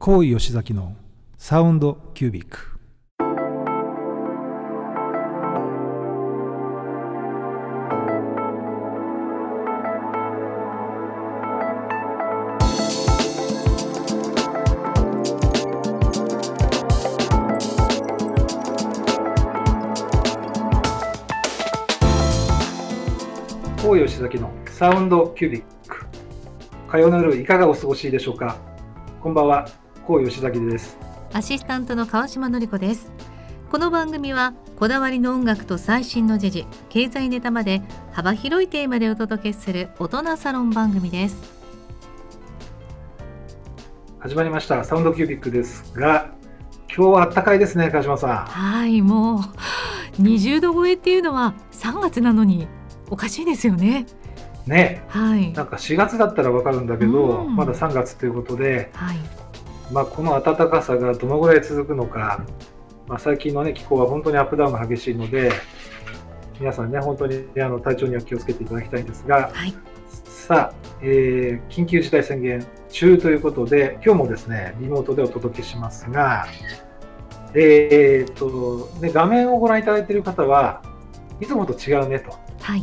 高井吉崎のサウンドキュービック。高井吉崎のサウンドキュービック。火曜の夜いかがお過ごしでしょうか。こんばんは、高井吉崎です。 アシスタントの川島典子です。この番組はこだわりの音楽と最新の時事、経済ネタまで幅広いテーマでお届けする大人サロン番組です。 始まりましたサウンドキュービックですが、今日は暖かいですね、川島さん。 はい、もう20度超えっていうのは3月なのにおかしいですよね。 ね、 はい、 なんか4月だったらわかるんだけど、まだ3月ということで、 はい、 この暖かさがどのぐらい続くのか、最近の、気候は本当にアップダウンが激しいので、皆さんね、本当に体調には気をつけていただきたいんですが、 はい、 さあ、緊急事態宣言中ということで、今日もですね、リモートでお届けしますが、画面をご覧いただいている方はいつもと違うねと。 はい、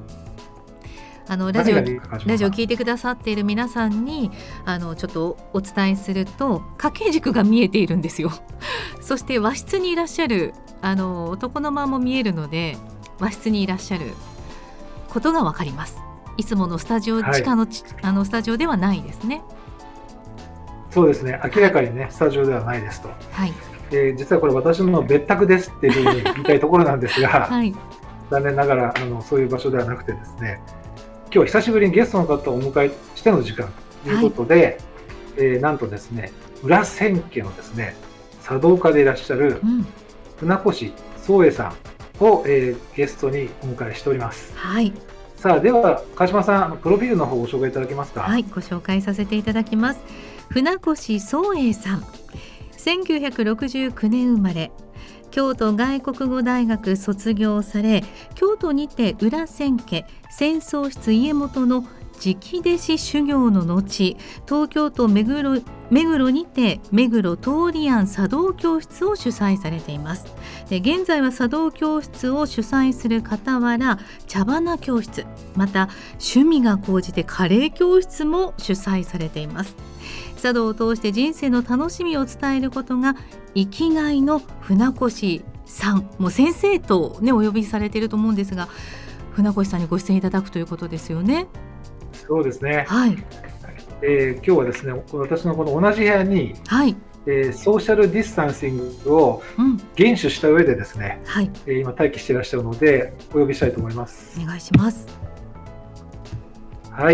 ラジオ聞いてくださっている皆さんにちょっとお伝えすると、掛け軸が見えているんですよ。そして和室にいらっしゃる男の間も見えるので、和室にいらっしゃることがわかります。いつものスタジオ、地下のスタジオではないですね。 そうですね、明らかにね、スタジオではないですと。 はい、 実はこれ私の別宅ですっていうふうに言いたいところなんですが、はい、残念ながらそういう場所ではなくてですね、今日は久しぶりにゲストの方をお迎えしての時間ということで、なんとですね、裏千家のですね、茶道家でいらっしゃる船越宗英さんを、ゲストにお迎えしております。 はい、 さあ、では川島さん、プロフィールの方をご紹介いただけますか。 はい、ご紹介させていただきます。船越宗英さん、1969年生まれ、京都外国語大学卒業され、京都にて裏千家浅草室家元の直弟子修行の後、東京都目黒にて目黒東里庵茶道教室を主催されています。で、現在は茶道教室を主催する傍ら、茶花教室、また趣味が高じてカレー教室も主催されています。茶道を通して人生の楽しみを伝えることが生きがいの船越さん、もう先生と、お呼びされていると思うんですが、船越さんにご出演いただくということですよね。 そうですね、 はい、 今日はですね、私のこの同じ部屋に、 はい、 ソーシャルディスタンシングを厳守した上でですね、 はい、 今待機していらっしゃるのでお呼びしたいと思います。 お願いします。 はい、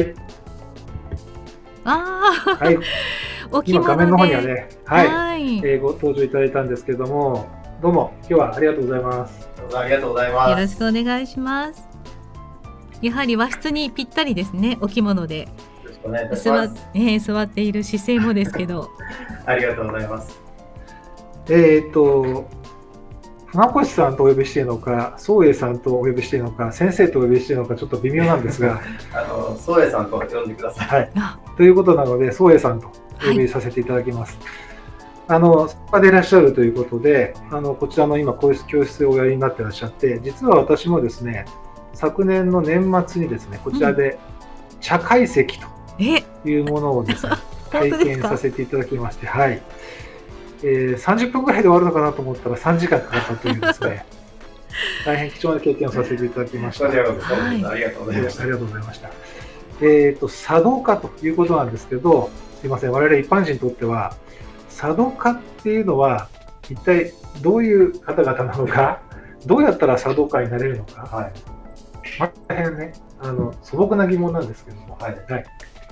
はい、今画面の方にはね、はい、ご登場いただいたんですけれども、どうも今日はありがとうございます。 ありがとうございます。 よろしくお願いします。やはり和室にぴったりですね。お着物で座っている姿勢もですけどありがとうございます。 船越さんとお呼びしているのか、宗英さんとお呼びしているのか、先生とお呼びしているのかちょっと微妙なんですが宗英さんと呼んでください。 はい、ということなので宗英さんとお呼びさせていただきます。そこでいらっしゃるということで、こちらの今教室でおやりになっていらっしゃって、実は私もですね、昨年の年末にですね、こちらで茶会席というものをですね、体験させていただきまして、はい、30分ぐらいで終わるのかなと思ったら3時間かかったというですね大変貴重な経験をさせていただきました。 ありがとうございました。 ありがとうございました。茶道家ということなんですけど、すいません、我々一般人にとっては茶道家っていうのは一体どういう方々なのか、どうやったら茶道家になれるのか、はい、大変ね、素朴な疑問なんですけども、はいはい、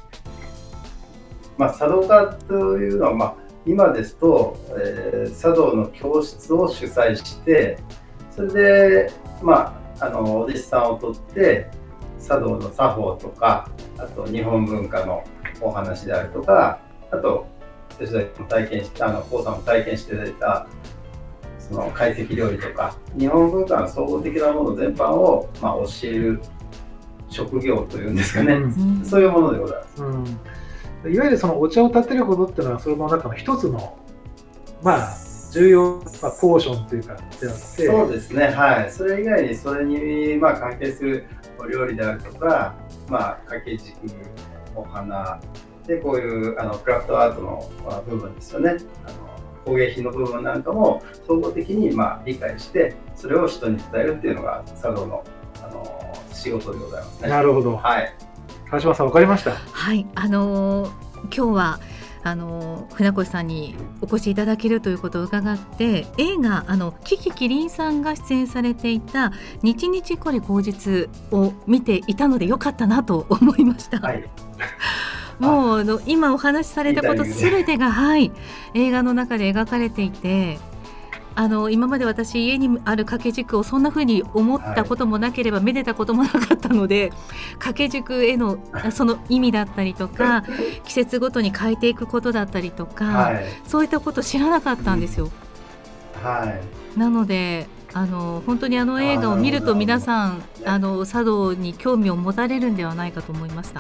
茶道家というのは、今ですと、茶道の教室を主催して、それで、お弟子さんを取って茶道の作法とか、あと日本文化のお話であるとか、あと吉崎も体験して、高さんも体験していただいたその懐石料理とか日本文化の総合的なもの全般を、教える職業というんですかね、そういうものでございます。 いわゆるそのお茶を立てることっていうのはその中の一つの重要、ポーションというかであって。 そうですね、はい。それ以外にそれに関係するお料理であるとか、掛け軸、お花でこういうクラフトアートの部分ですよね。工芸品の部分なんかも総合的に理解してそれを人に伝えるっていうのが茶道の仕事でございますね。 なるほど。 はい。 川島さん分かりました。 はい。今日は船越さんにお越しいただけるということを伺って映画キキキリンさんが出演されていた日々これ口実を見ていたのでよかったなと思いました。はい。もう今お話しされたことすべてが、はい、映画の中で描かれていて今まで私家にある掛け軸をそんな風に思ったこともなければ、めでたこともなかったので掛け軸へのその意味だったりとか季節ごとに変えていくことだったりとか、そういったこと知らなかったんですよ。なので本当に映画を見ると皆さん茶道に興味を持たれるんではないかと思いました。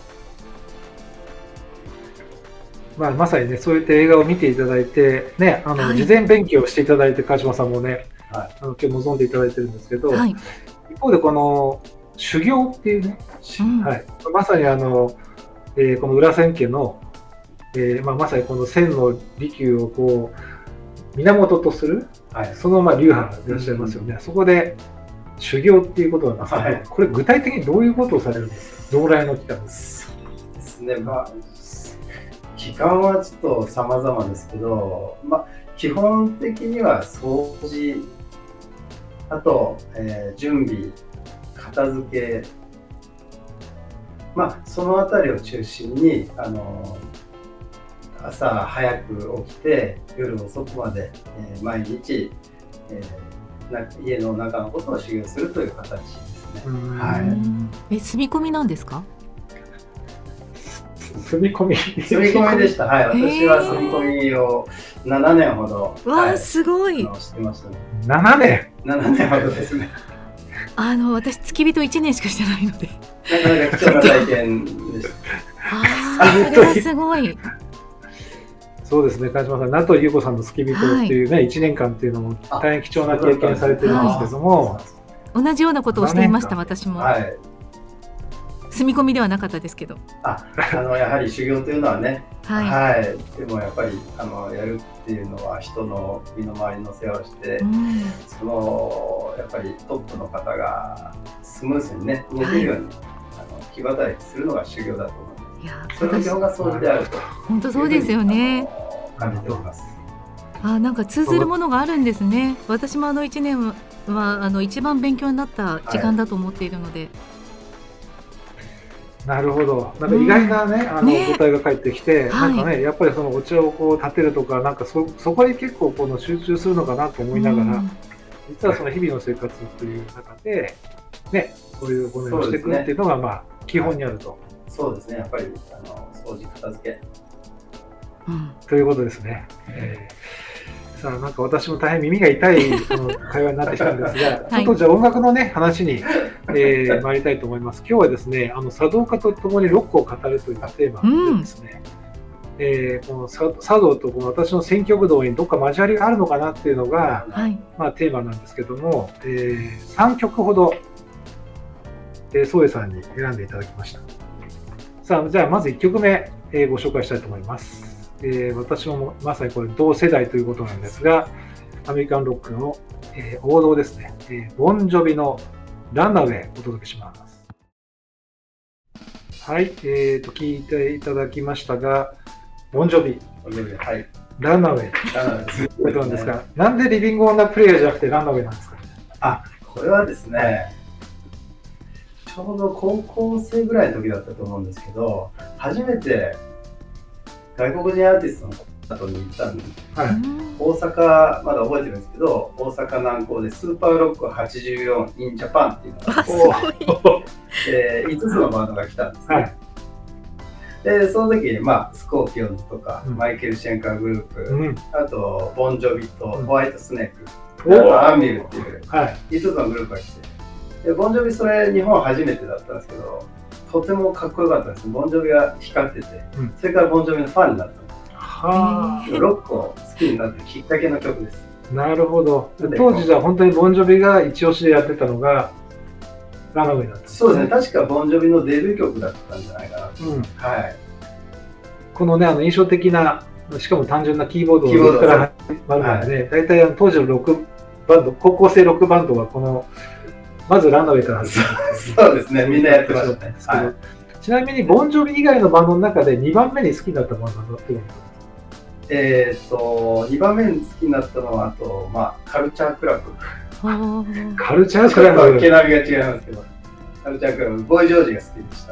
まさにね、そういった映画を見ていただいて、ね、事前勉強をしていただいて、川島さんもね、今日臨んでいただいてるんですけど、一方でこの修行っていうね、まさにこの裏千家の、まさにこの千の利休をこう源とする、その流派でいらっしゃいますよね。そこで修行っていうことなんですけど、これ具体的にどういうことをされるんですか？どのぐらいの期間ですか？ そうですね。期間はちょっと様々ですけど、基本的には掃除、あと、準備、片付け、そのあたりを中心に朝早く起きて夜遅くまで、毎日、家の中のことを修行するという形ですね。 住み込みなんですか？ 住み込みでした。はい、私は住み込みを7年ほど、 すごいしてましたね。 7 年ほどですね。 私付き人1年しかしてないのでなかなか貴重な体験でした。 それはすごい。 そうですね、川島さん、名取裕子さんの付き人っていうね、1年間っていうのも大変貴重な経験されてるんですけども、 同じようなことをしていました。私も住み込みではなかったですけど、 やはり修行というのはね、でもやっぱりやるっていうのは人の身の回りの世話をして、そのやっぱりトップの方がスムーズにね動けるように、気働きするのが修行だと思います。それの基本が掃除であると。 本当そうですよね。 感じております。 なんか通ずるものがあるんですね。私も1年は一番勉強になった時間だと思っているので。 なるほど。なんか意外なね、答えが返ってきて、なんかね、やっぱりそのお茶をこう立てるとか、なんかそこに結構集中するのかなと思いながら、実はその日々の生活という中で、ね、そういうものをしていくっていうのが基本にあると。 そうですね。やっぱり掃除片付け、 ということですね。さあ、なんか私も大変耳が痛い会話になってきたんですが、ちょっとじゃあ音楽のね話に、参りたいと思います。今日はですね、茶道家とともにロックを語るというテーマでですね、この茶道とこの私の選曲道にどっか交わりがあるのかなっていうのが、テーマなんですけども、3曲ほど、宗江さんに選んでいただきました。さあ、じゃあまず1曲目、ご紹介したいと思います。私もまさにこれ同世代ということなんですが、アメリカンロックの、王道ですね、ボンジョビのランナウェイお届けします。はい、聞いていただきましたが、ボンジョビ、ランナウェイということなんですが、なんでリビングオンダープレイヤーじゃなくてランナウェイなんですか？ これはですね、ちょうど高校生ぐらいの時だったと思うんですけど、初めて外国人アーティストのコンサートに行ったんです。大阪、まだ覚えてるんですけど、大阪南港でスーパーロック84 in Japan っていうのが5つのバンドが来たんですね。で、その時に、スコーピオンズとか、マイケル・シェンカーグループ、あとボンジョビとホワイトスネーク、アンビルっていう5つのグループが来て、でボンジョビそれ日本初めてだったんですけど、 とてもかっこよかったです。ボンジョビが光ってて、それからボンジョビのファンになったんです。ロックを好きになったきっかけの曲です。 なるほど。当時じゃ本当にボンジョビが一押しでやってたのがラナウェイだったんですね。 そうですね。確かボンジョビのデビュー曲だったんじゃないかなと。はい。 このね印象的な、しかも単純なキーボードから始まるのでね、大体当時のロックバンド、高校生ロックバンドはこのまずランナウェイから始まる。 そうですね。みんなやってましたね。 ちなみにボンジョビ以外のバンドの中で2番目に好きになったバンドはどういうのですか ？2番目に好きになったのはあと、カルチャークラブ。 カルチャークラブ。 毛並みが違いますけど、カルチャークラブ、ボーイ・ジョージが好きでした。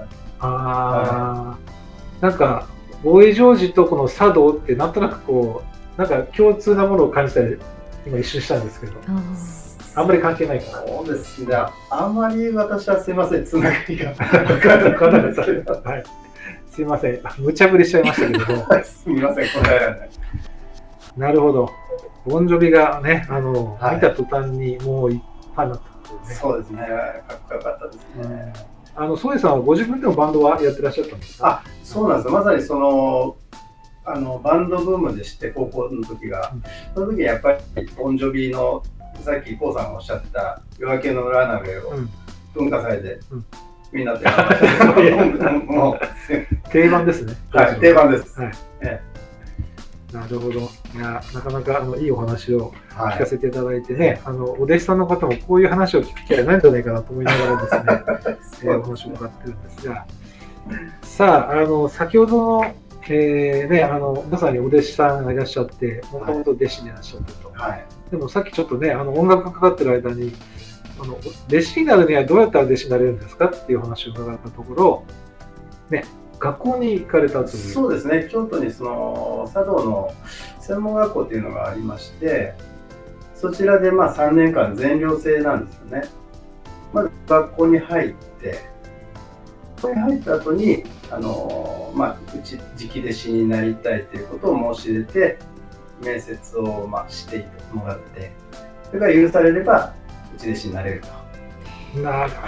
なんかボーイ・ジョージとこの茶道ってなんとなくこうなんか共通なものを感じたり今一瞬したんですけど、あんまり関係ないかな。 そうですね。あまり私はすいません、つながりが分からないですけど、はい。すいません、無茶ぶりしちゃいましたけども。 すみません、答えられない。 なるほど。ボンジョビがね、見た途端にもうファンになった、 ね。そうですね。かっこよかったですね。 ソエさんはご自分でもバンドはやってらっしゃったんですか？ そうなんです。まさにそのバンドブームでして高校の時が、その時にやっぱりボンジョビのさっきコウさんがおっしゃってた夜明けのラナウェイを文化祭でみんなでもう定番ですね。 はい、定番です。 はい。なるほど。いや、なかなかいいお話を聞かせていただいてね、お弟子さんの方もこういう話を聞く機会ないんじゃないかなと思いながらですね、お話を伺ってるんですが、さあ、先ほどの、まさにお弟子さんがいらっしゃって、もともと弟子でいらっしゃってと。はい、でもさっきちょっとね、音楽がかかってる間に、弟子になるにはどうやったら弟子になれるんですかっていう話を伺ったところ、ね、学校に行かれたという。 そうですね、京都にその茶道の専門学校っていうのがありまして、そちらで3年間全寮制なんですよね。まず学校に入って、学校に入った後にうち直弟子になりたいということを申し出て、面接をしてもらって、それが許されれば内弟子になれると。 なるほ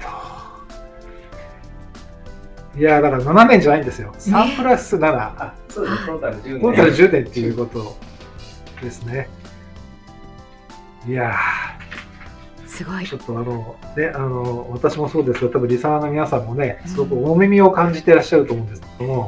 ど。いやだから7年じゃないんですよ。3プラス7。 そうですね。トータル10年。 トータル10年っていうことですね。いやすごい。 ちょっと私もそうですが、多分リサーの皆さんもね、すごくお耳を感じていらっしゃると思うんですけども、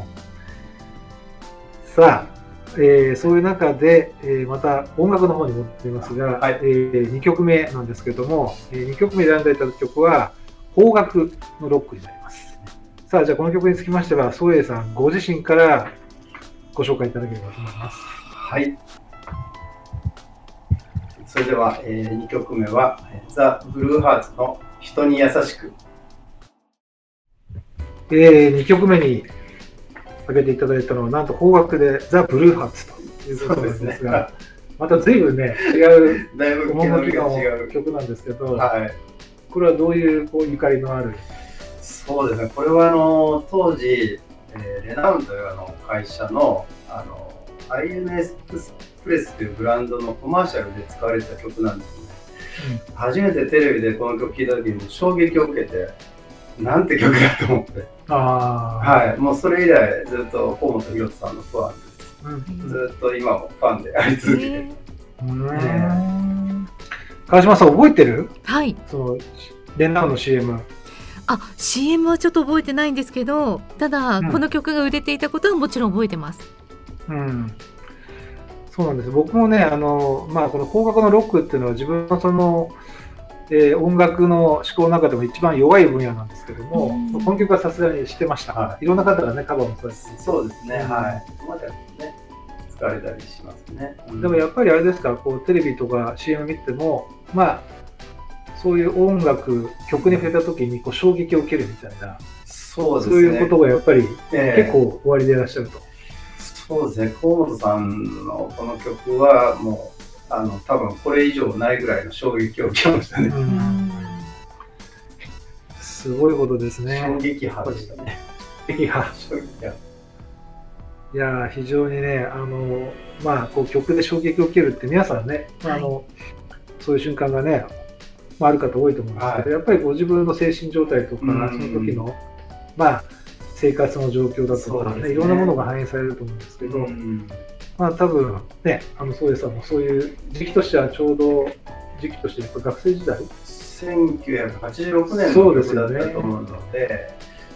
さあ。そういう中で、また音楽の方に戻っていますが、2曲目なんですけども、2曲目で選んでいただいた曲は邦楽のロックになります。さあ、じゃあこの曲につきましては宗栄さんご自身からご紹介いただければと思います。 はい。それでは、2曲目はザ・ブルーハーツの人に優しく。 2曲目に挙げていただいたのはなんと邦楽でザ・ブルーハーツということなんですが、また随分ね違う趣の曲なんですけど、これはどういうゆかりのある？ そうですね、これは当時、レナウンという会社のINS プレスというブランドのコマーシャルで使われた曲なんですね。初めてテレビでこの曲聴いた時に衝撃を受けて、なんて曲だと思って、もうそれ以来ずっと河本大翔さんのファンです。ずっと今もファンであり続けて。 川島さん覚えてる？ はい。 そのレナウの CM。 CM はちょっと覚えてないんですけど、ただ、この曲が売れていたことはもちろん覚えてます。 そうなんです。僕もね、この邦楽のロックっていうのは自分のその音楽の思考の中でも一番弱い分野なんですけども、この曲はさすがに知ってました。いろんな方がねカバーもそうです。 そうですね。はい。ここまでね使われたりしますね。 でもやっぱりあれですか、こうテレビとか CM 見てもそういう音楽曲に触れた時にこう衝撃を受けるみたいな、 そうですね。そういうことがやっぱり結構おありでいらっしゃると。 そうですね。河本さんのこの曲はもう多分これ以上ないぐらいの衝撃を受けましたね。 すごいことですね。 衝撃波でしたね。 衝撃波。いや非常にねこう曲で衝撃を受けるって皆さんね、そういう瞬間がね、ある方多いと思うんですけど、やっぱりご自分の精神状態とかその時の生活の状況だとか、ね、いろんなものが反映されると思うんですけど、多分ね、宗谷さんもそういう時期としてはちょうど時期として学生時代 1986年の曲だったと思うので、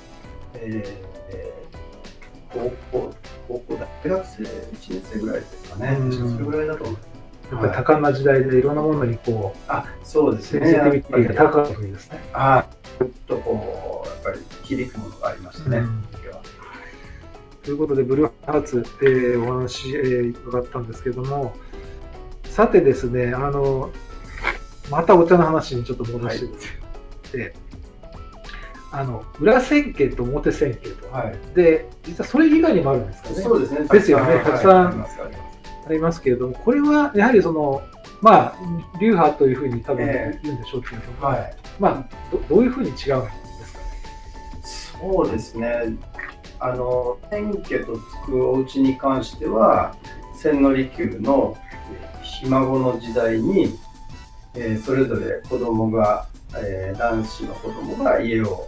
高校大学生1年生ぐらいですかね、それぐらいだと思います。 やっぱり多感な時代でいろんなものにそうですね、 センシティビティが高かったわけですね。 ちょっとやっぱり響くものがありましたね。 ということでブルーハーツ、お話、伺ったんですけども、さてですね、またお茶の話にちょっと戻してですね、裏千家と表千家と、で実はそれ以外にもあるんですかね。 そうですね。 ですよね。たくさんありますけれども、これはやはり流派というふうに多分言うんでしょうけれども、どういうふうに違うんですかね。 そうですね。千家とつくお家に関しては、千利休のひ孫の時代に、それぞれ子供が、男子の子供が家を、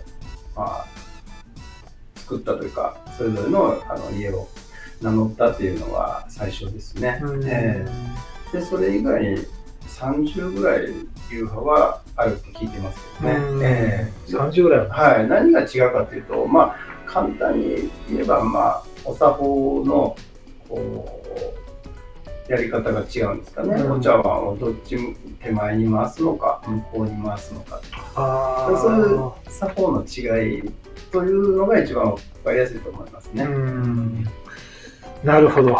作ったというか、それぞれの、家を名乗ったというのが最初ですね。でそれ以外に30ぐらい流派はあると聞いてますけどね。 30ぐらいは何が違うかというと、簡単に言えば、お作法のやり方が違うんですかね。お茶碗をどっち手前に回すのか向こうに回すのか、そういう作法の違いというのが一番分かりやすいと思いますね。 なるほど。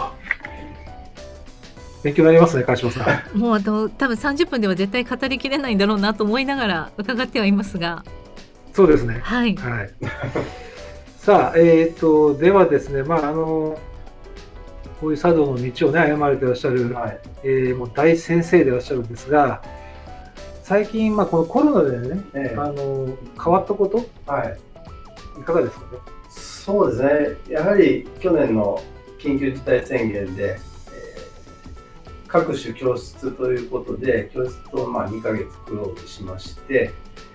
勉強になりますね、川島さん。もう多分30分では絶対語りきれないんだろうなと思いながら伺ってはいますが。 そうですね。 はい。 さあ、ではですね、こういう茶道の道をね歩まれていらっしゃる、もう大先生でいらっしゃるんですが、最近このコロナでね、変わったこと、いかがですかね。 そうですね。やはり去年の緊急事態宣言で、各種教室ということで教室を2ヶ月クローズしまして、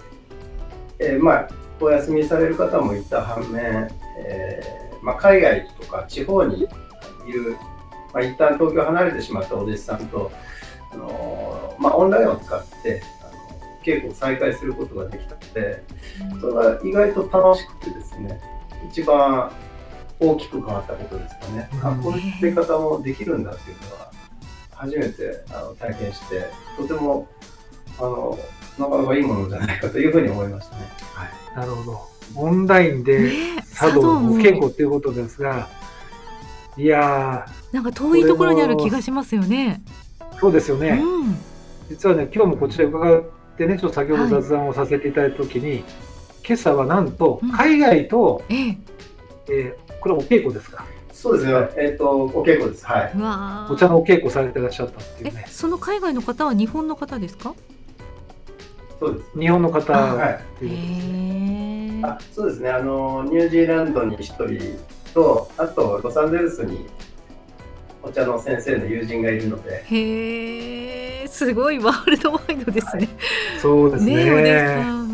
お休みされる方もいた反面、海外とか地方にいる、一旦東京を離れてしまったお弟子さんと、オンラインを使って稽古を再開することができたので、それは意外と楽しくてですね、一番大きく変わったことですかね。こういうやり方もできるんだっていうのは初めて体験して、とてもなかなかいいものじゃないかというふうに思いましたね。 なるほど。オンラインで茶道の稽古ということですが、いやー、 なんか遠いところにある気がしますよね。 そうですよね。実はね、今日もこちら伺ってね、ちょっと先ほど雑談をさせていただいたときに、今朝はなんと海外と、これはお稽古ですか。 そうですね。お稽古です。 お茶のお稽古されていらっしゃったっていうね。 その海外の方は日本の方ですか。 そうです。 日本の方っていうことですね。 そうですね。ニュージーランドに1人と、あとロサンゼルスにお茶の先生の友人がいるので。 へー、すごいワールドワイドですね。 そうですね。 お弟子さん。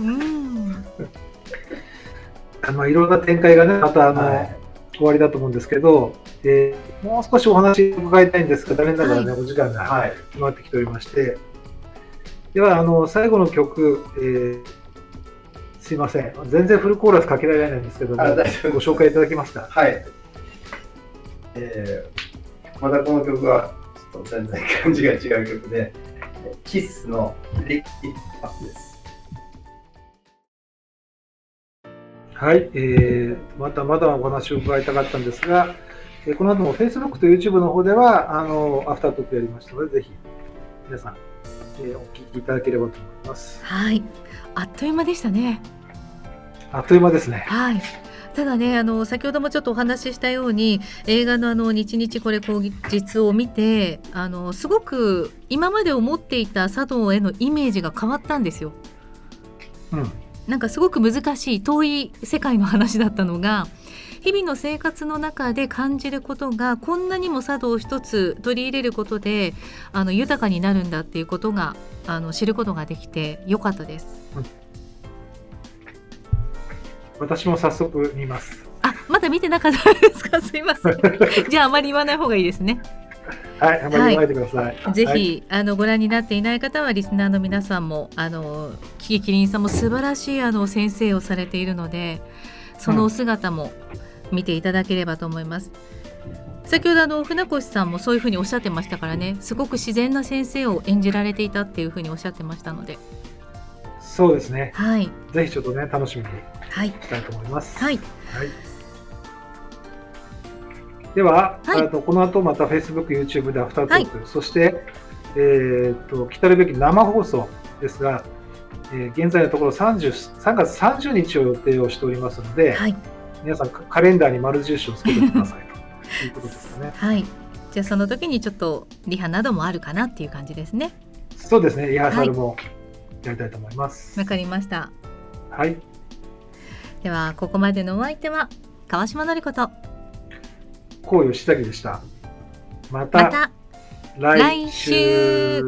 いろんな展開がね、また終わりだと思うんですけど、もう少しお話伺いたいんですが、残念ながらね、お時間が決まってきておりまして、では最後の曲、すいません、全然フルコーラスかけられないんですけども、ご紹介いただけますか。 またこの曲はちょっと全然感じが違う曲で、キッスのリッキーアップです。 はい、まだまだお話を伺いたかったんですが、この後も Facebook と YouTube の方ではアフタートークやりましたので、ぜひ皆さん、お聞きいただければと思います。 はい、あっという間でしたね。 あっという間ですね。 はい。ただね、先ほどもちょっとお話ししたように、映画の日日これ口実を見て、すごく今まで思っていた茶道へのイメージが変わったんですよ。なんかすごく難しい遠い世界の話だったのが、日々の生活の中で感じることがこんなにも茶道を一つ取り入れることで豊かになるんだっていうことが知ることができてよかったです。 私も早速見ます。 まだ見てなかったですか？すいません。じゃああまり言わない方がいいですね。 はい、あまり言わないでください。 ぜひ、ご覧になっていない方はリスナーの皆さんもキキキリンさんも素晴らしい先生をされているので、そのお姿も見ていただければと思います。先ほど船越さんもそういうふうにおっしゃってましたからね、すごく自然な先生を演じられていたっていうふうにおっしゃってましたので。 そうですね、 はい、 ぜひちょっとね楽しみにしたいと思います。 はい、 では、この後また Facebook、YouTube でアフタートーク、そして、来たるべき生放送ですが、現在のところ3月30日を予定をしておりますので、皆さんカレンダーに丸印をつけてくださいということですかね。 はい、じゃあその時にちょっとリハなどもあるかなっていう感じですね。 そうですね、リハーサルもやりたいと思います。 わかりました。 はい。 ではここまでのお相手は川島典子と高吉崎でした。また来週。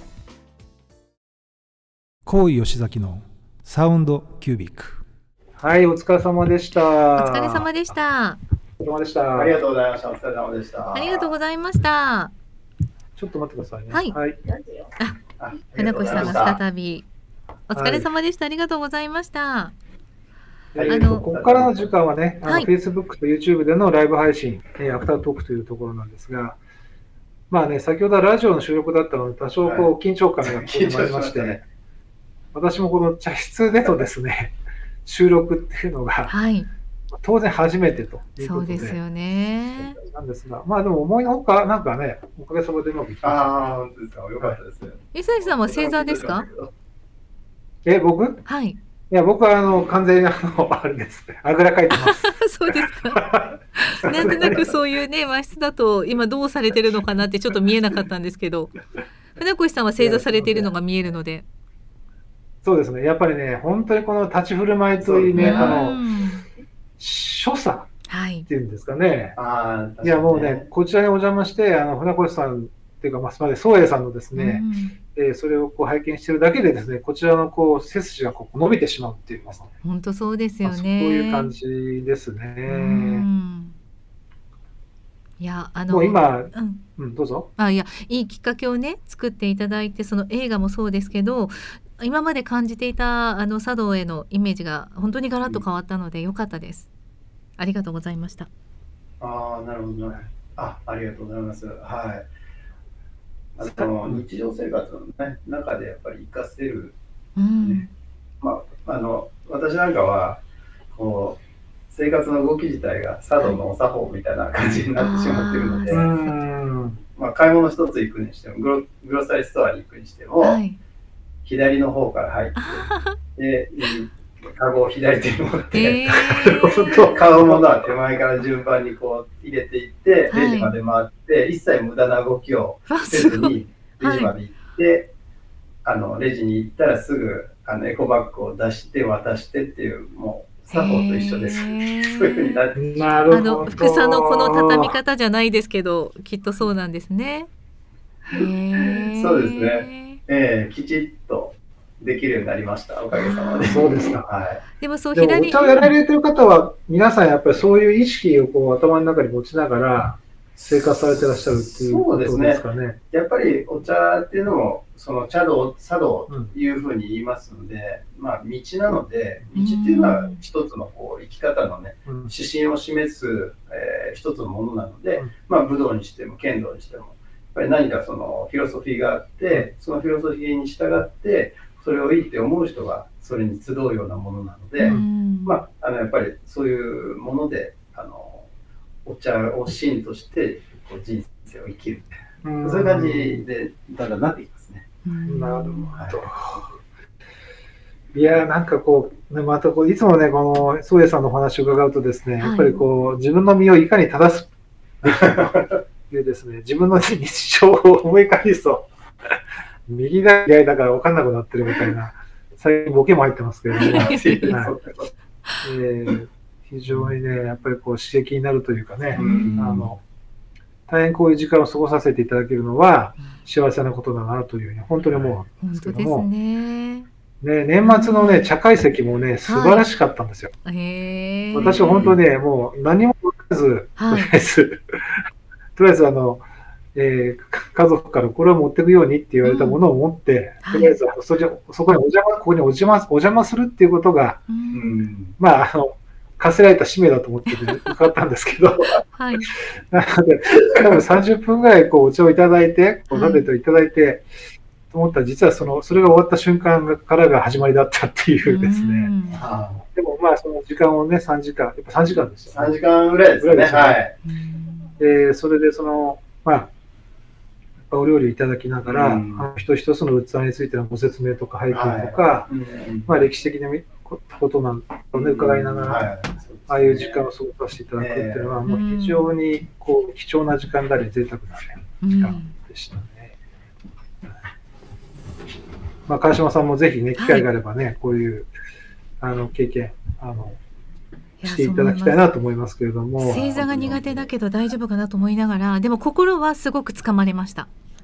高吉崎のサウンドキュービック。はい、お疲れ様でした。 お疲れ様でした。 お疲れ様でした。ありがとうございました。お疲れ様でした。 ありがとうございました。 ちょっと待ってくださいね。 はい。船越さんが再びお疲れ様でした。ありがとうございました。 ここからの時間はね、Facebook と YouTube でのライブ配信、アフタートークというところなんですが、まあね、先ほどはラジオの収録だったので、多少緊張感がここにもありまして、私もこの茶室でのですね、収録っていうのが、当然初めてということで、 そうですよね。 なんですが、まあでも思いのほか、なんかね、おかげさまでうまくいきました。 本当ですか。よかったです。 伊崎さんは正座ですか？ 僕？ はい。 いや、僕は完全にあれです。あぐらかいてます。 そうですか。なんとなくそういうね、和室だと今どうされてるのかなってちょっと見えなかったんですけど、船越さんは正座されているのが見えるので。 そうですね。やっぱりね、本当にこの立ち振る舞いといいね、所作っていうんですかね。いや、もうね、こちらにお邪魔して、船越さんっていうか、まあ、宗栄さんのですね、それを拝見しているだけでですね、こちらの背筋が伸びてしまうっていうですね。 本当そうですよね。そういう感じですね。 いや、 もう今、どうぞ。 いいきっかけをね作っていただいて、その映画もそうですけど、今まで感じていた茶道へのイメージが本当にガラッと変わったので良かったです。ありがとうございました。 なるほどね。ありがとうございます。はい。日常生活の、ね、中でやっぱり活かせる、私なんかはこう生活の動き自体が茶道のお作法みたいな感じになってしまっているので、買い物一つ行くにしてもグロッサリーストアに行くにしても、左の方から入ってでカゴを左手に持って、買うものは手前から順番にこう入れていってレジまで回って、一切無駄な動きをせずにレジまで行って、レジに行ったらすぐエコバッグを出して渡してっていう、もう作法と一緒です。そういう風になって、 なるほど。 服さのこの畳み方じゃないですけど、きっとそうなんですね。 そうですね。きちっとできるようになりました。おかげさまで。 そうですか。 でもお茶をやられてる方は皆さんやっぱりそういう意識をこう頭の中に持ちながら生活されてらっしゃるっていうことですかね。 そうですね。やっぱりお茶っていうのもその茶道というふうに言いますので、道なので、道っていうのは一つのこう生き方のね、指針を示す、一つのものなので、武道にしても剣道にしてもやっぱり何かそのフィロソフィーがあって、そのフィロソフィーに従ってそれをいいって思う人がそれに集うようなものなので、やっぱりそういうものでお茶を芯としてこう人生を生きる、そういう感じでだんだんなっていきますね。 なるほど。いや、なんかこう、またこういつもね、この宗栄さんのお話を伺うとですね、やっぱりこう自分の身をいかに正すべきかというですね、自分の日常を思い返すと右だ左だから分かんなくなってるみたいな、最近ボケも入ってますけれども、非常にね、やっぱりこう刺激になるというかね、大変こういう時間を過ごさせていただけるのは幸せなことだなというふうに本当に思うんですけども、 ね、年末のね、茶会席もね、素晴らしかったんですよ。私は本当ね、もう何も持たず、とりあえず、とりあえず家族からこれを持っていくようにって言われたものを持って、とりあえずそこにここにお邪魔するっていうことが、まあ、課せられた使命だと思って受かったんですけど、 はい、 なので、多分30分ぐらいお茶をいただいて、食べていただいて、と思ったら、実はそれが終わった瞬間からが始まりだったっていうですね。でもまあ、その時間をね、3時間、やっぱ3時間ですよ、 ね。3時間ぐらいですね。はい。 それでまあ、お料理いただきながら、一つ一つの器についてのご説明とか背景とか、まあ歴史的なことなんかをね、伺いながら、ああいう時間を過ごさせていただくっていうのは、もう非常に貴重な時間であり、贅沢な時間でしたね。まあ、川島さんもぜひね、機会があればね、こういう経験していただきたいなと思いますけれども。 正座が苦手だけど大丈夫かなと思いながら、でも心はすごくつかまれました。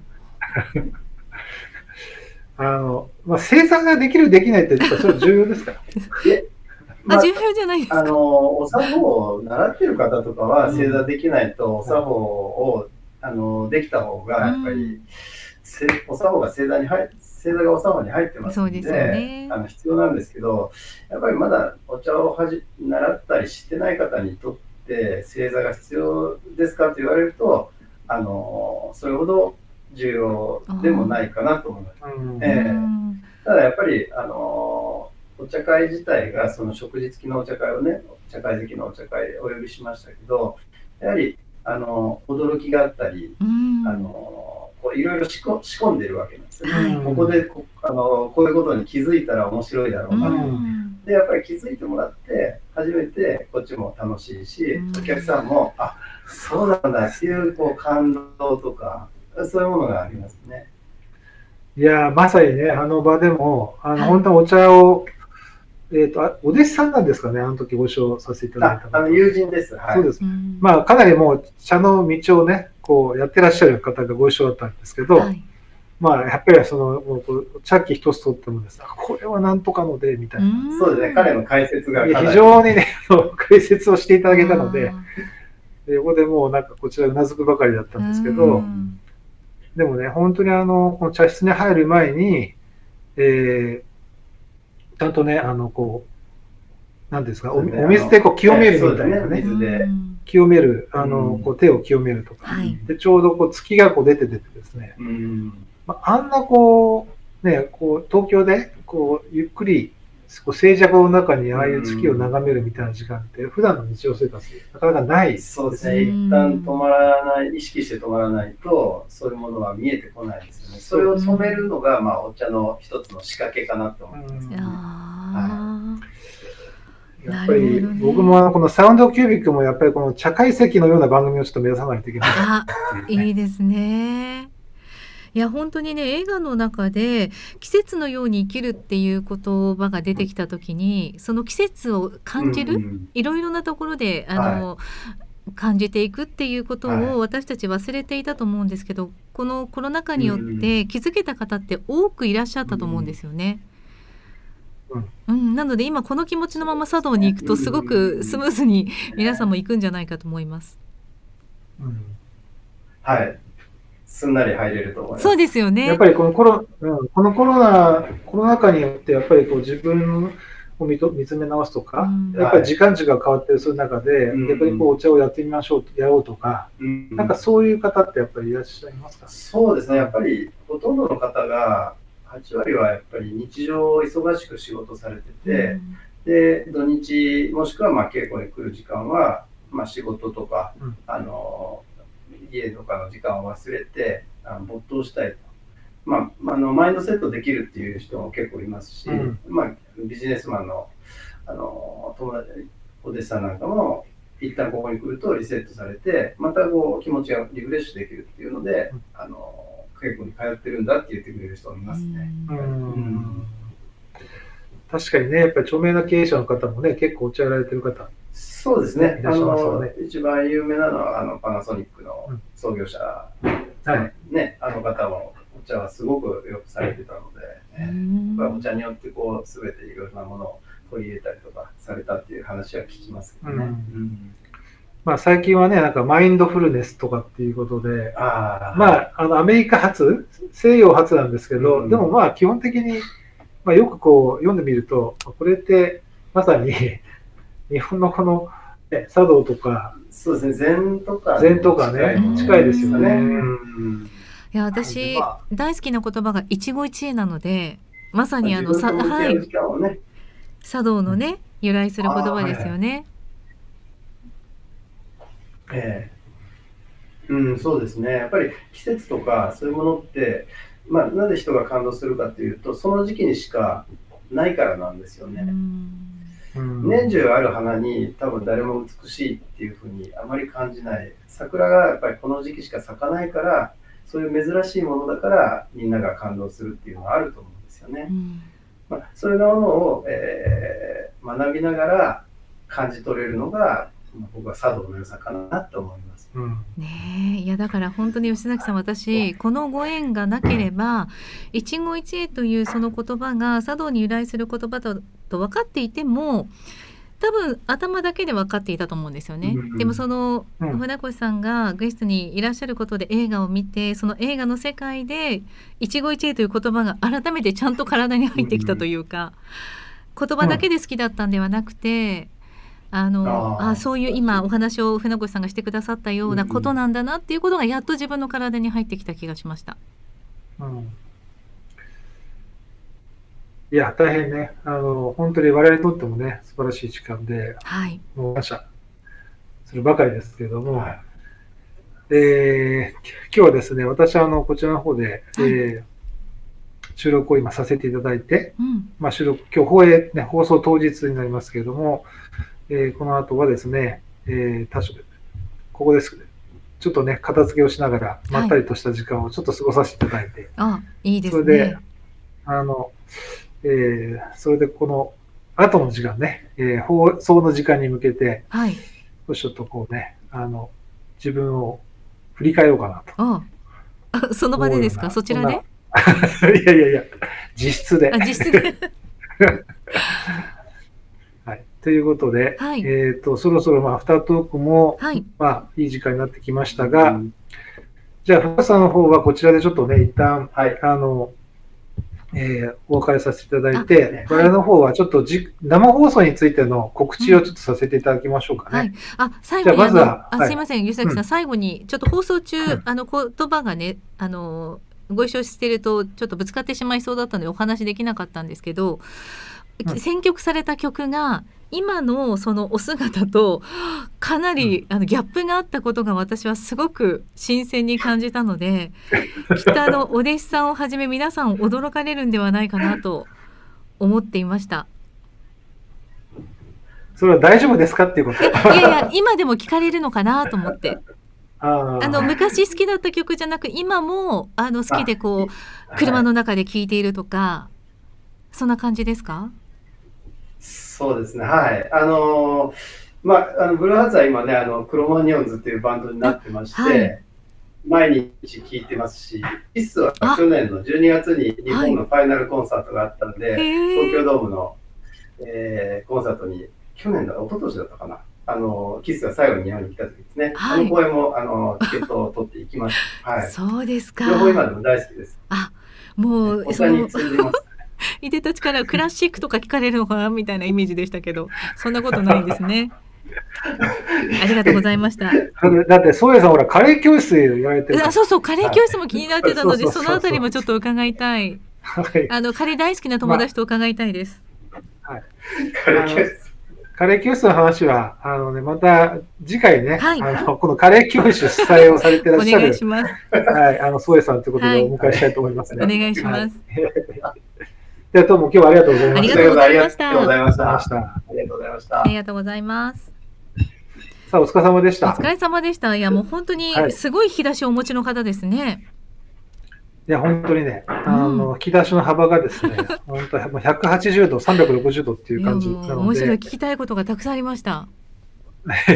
まあ、正座ができるできないってそれは重要ですか？ 重要じゃないですか。 お作法を習ってる方とかは正座できないと、お作法をできた方がやっぱり、お作法が正座がお作法に入ってますので、必要なんですけど、やっぱりまだお茶を習ったりしてない方にとって正座が必要ですかと言われると、それほど重要でもないかなと思います。ただやっぱりお茶会自体がその食事付きのお茶会をね、茶会席のお茶会でお呼びしましたけど、やはり驚きがあったり、いろいろ仕込んでるわけなんですよね。ここでこういうことに気づいたら面白いだろうなと。でやっぱり気づいてもらって初めてこっちも楽しいし、お客さんもそうなんだっていう感動とかそういうものがありますね。 いやまさにね、あの場でも本当にお茶をお弟子さんなんですかね、あの時ご一緒させていただいた友人です。はい、 そうです。まあかなりもう茶の道をね、やってらっしゃる方がご一緒だったんですけど、まあやっぱりもう茶器一つとってもですね、これはなんとかのでみたいな。 そうですね、彼の解説が非常にね解説をしていただけたので、ここでもうなんかこちらうなずくばかりだったんですけど、でもね本当にこの茶室に入る前に、ちゃんとねなんですか、お水で清めるみたいなね、清める手を清めるとか、でちょうど月が出てですね、あんな東京でゆっくり静寂の中にああいう月を眺めるみたいな時間って普段の日常生活なかなかないですね。 そうですね。一旦止まらない、意識して止まらないとそういうものは見えてこないですよね。それを染めるのがお茶の一つの仕掛けかなと思います。 やっぱり僕もこのサウンドキュービックもやっぱりこの茶会席のような番組をちょっと目指さないといけない。 いいですね。いや本当にね、映画の中で季節のように生きるっていう言葉が出てきた時に、その季節を感じる、いろいろなところで感じていくっていうことを私たち忘れていたと思うんですけど、このコロナ禍によって気づけた方って多くいらっしゃったと思うんですよね。なので今この気持ちのまま茶道に行くとすごくスムーズに皆さんも行くんじゃないかと思います。 はい、すんなり入れると思います。 そうですよね。 やっぱりこのコロナ禍によってやっぱり自分を見つめ直すとか、やっぱり時間値が変わってるそういう中で、逆にお茶をやってみましょう、やろうとか、なんかそういう方ってやっぱりいらっしゃいますか？ そうですね。やっぱりほとんどの方が8割はやっぱり日常忙しく仕事されてて、で土日もしくは稽古に来る時間は仕事とか、家とかの時間を忘れて没頭したいと、マインドセットできるっていう人も結構いますし、ビジネスマンの友達、お弟子さんなんかも一旦ここに来るとリセットされて、また気持ちがリフレッシュできるっていうので、稽古に通ってるんだって言ってくれる人もいますね。 確かにね、やっぱり著名な経営者の方もね、結構お茶やられてる方。 そうですね。一番有名なのはパナソニックの創業者、ね、あの方もお茶はすごくよくされてたのお茶によってこう全ていろいろなものを取り入れたりとかされたっていう話は聞きますけどね。 最近はね、なんかマインドフルネスとかっていうことで、アメリカ発、西洋発なんですけど、でも基本的に、よくこう読んでみると、これってまさに日本のこの、茶道とか、 そうですね、禅とかね、近いですよね。 いや、私、大好きな言葉が一期一会なので、まさに茶道のね、由来する言葉ですよね。 そうですね。やっぱり季節とかそういうものって、なぜ人が感動するかというと、その時期にしかないからなんですよね。年中ある花に多分誰も美しいっていうふうにあまり感じない。桜がやっぱりこの時期しか咲かないから、そういう珍しいものだからみんなが感動するっていうのはあると思うんですよね。そういうものを、学びながら感じ取れるのが、僕は茶道の良さかなと思います。 いや、だから本当に吉崎さん、私このご縁がなければ一期一会というその言葉が茶道に由来する言葉と分かっていても、多分頭だけで分かっていたと思うんですよね。でもその船越さんがゲストにいらっしゃることで映画を見て、その映画の世界で一期一会という言葉が改めてちゃんと体に入ってきたというか、言葉だけで好きだったんではなくて、そういう今お話を船越さんがしてくださったようなことなんだなっていうことがやっと自分の体に入ってきた気がしました。 いや、大変ね、本当に我々にとってもね、素晴らしい時間で、もう感謝するばかりですけれども、今日はですね、私はこちらの方で、収録を今させていただいて、今日放送当日になりますけれども、この後はですね、ここです。ちょっとね、片付けをしながら、まったりとした時間をちょっと過ごさせていただいて、 いいですね。 それでこの後の時間ね、放送の時間に向けて、ちょっとこうね、自分を振り返ろうかなと。 その場でですか？そちらで？ いや、実質で。ということで、そろそろアフタートークも、いい時間になってきましたが、じゃあ、深さんの方はこちらでちょっとね、一旦、お別れさせていただいて、我々の方はちょっと生放送についての告知をちょっとさせていただきましょうかね。 最後にすいません、吉崎さん、最後にちょっと放送中、言葉がね、ご一緒しているとちょっとぶつかってしまいそうだったのでお話できなかったんですけど、選曲された曲が今のそのお姿とかなりギャップがあったことが私はすごく新鮮に感じたので、きっとお弟子さんをはじめ皆さん驚かれるんではないかなと思っていました。 それは大丈夫ですかっていうこと？ いや今でも聞かれるのかなと思って。昔好きだった曲じゃなく今も好きでこう車の中で聴いているとか、そんな感じですか？ そうですね、ブルーハーツは今ね、クロマニオンズっていうバンドになってまして、毎日聴いてますし、キスは去年の12月に日本のファイナルコンサートがあったので、東京ドームの、コンサートに、去年だ、一昨年だったかな、キスが最後に日本に来た時ですね、公演もチケットを取っていきました。 そうですか。 両方今でも大好きです。 もうお茶に通じます。 いでたちからクラシックとか聞かれるのかなみたいなイメージでしたけど、そんなことないんですね。ありがとうございました。 だって宗谷さんほらカレー教室やられてる。 そうカレー教室も気になってたので、そのあたりもちょっと伺いたい。カレー大好きな友達と伺いたいです。 カレー教室の話はまた次回ね、このカレー教室主催をされていらっしゃるお願いします。 宗谷さんということでお迎えしたいと思いますね。 お願いします。 ではどうも今日はありがとうございました。 ありがとうございました。 ありがとうございました。 ありがとうございます。 さあお疲れ様でした。 お疲れ様でした。いやもう本当にすごい引き出しをお持ちの方ですね。 いや本当にね、引き出しの幅がですね、本当もう180度、360度っていう感じなので、 面白い、聞きたいことがたくさんありました。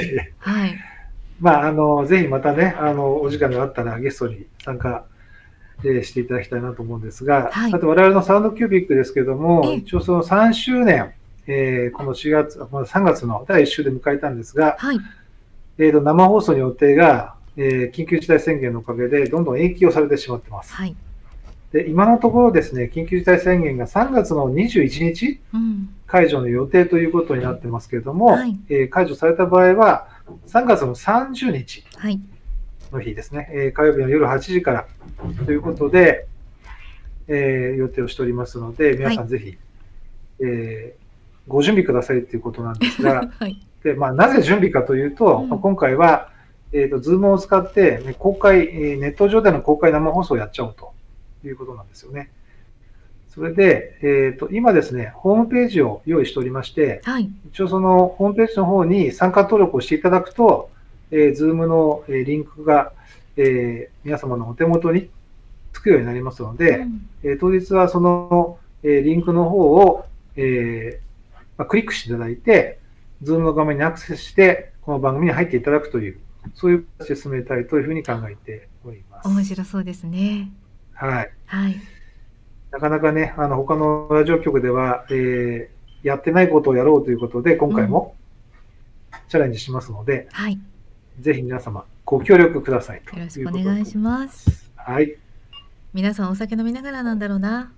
ぜひまたね、お時間があったらゲストに参加していただきたいなと思うんですが、 はいあと我々のサウンドキュービックですけれども、一応その3周年、この3月の第1週で迎えたんですが、 はい。 生放送の予定が、緊急事態宣言のおかげでどんどん延期をされてしまってます。 はい。 で、今のところですね、緊急事態宣言が3月の21日解除の予定ということになってますけれども、 はい解除された場合は3月の30日はい。 の日ですね、火曜日の夜8時からということで、予定をしておりますので、皆さんぜひ、ご準備くださいということなんですが、 はい。 でなぜ準備かというと、今回は、Zoom を使って、ネット上での公開生放送をやっちゃおうということなんですよね。それで、今ですね、ホームページを用意しておりまして、 はい。 一応そのホームページの方に参加登録をしていただくと、Zoom のリンクが、皆様のお手元につくようになりますので、当日はその、リンクの方を、クリックしていただいて、Zoom の画面にアクセスして、この番組に入っていただくという、そういう形で進めたいというふうに考えております。 面白そうですね。 はい。 はい。 なかなかね、他のラジオ局では、やってないことをやろうということで、今回もチャレンジしますので、 はい。 ぜひ皆様ご協力くださいということで。 よろしくお願いします。 はい。 皆さんお酒飲みながらなんだろうな。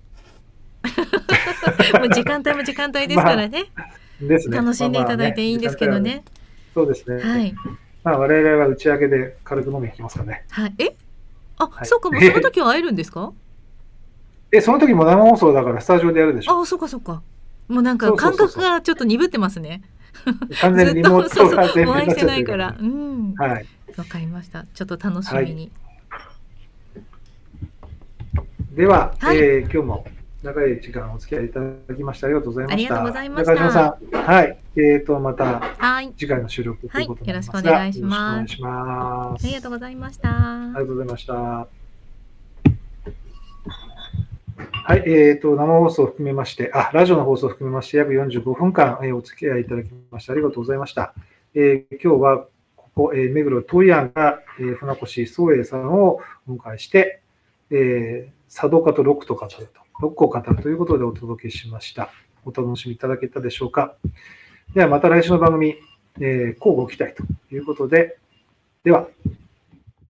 もう時間帯も時間帯ですからね。 ですね。 楽しんでいただいていいんですけどね。 そうですね。 はい。 我々は打ち上げで軽く飲みに行きますかね。 はい。そうかも。その時は会えるんですか？ その時も生放送だからスタジオでやるでしょ。 そうかそうか。もうなんか感覚がちょっと鈍ってますね。 完全にリモートがお会いしてないから。 はい。 わかりました。ちょっと楽しみに。 では、今日も長い時間お付き合いいただきましてありがとうございました。 ありがとうございました。 中島さん、はい。また次回の収録ということになりますが、 よろしくお願いします。 よろしくお願いします。 ありがとうございました。 ありがとうございました。はい、生放送を含めまして、ラジオの放送を含めまして、約45分間、お付き合いいただきましてありがとうございました。今日は、ここ、目黒トイアンが、船越宗英さんをお迎えして、茶道家とロックを語るということでお届けしました。お楽しみいただけたでしょうか。ではまた来週の番組、乞うご期待ということで、では。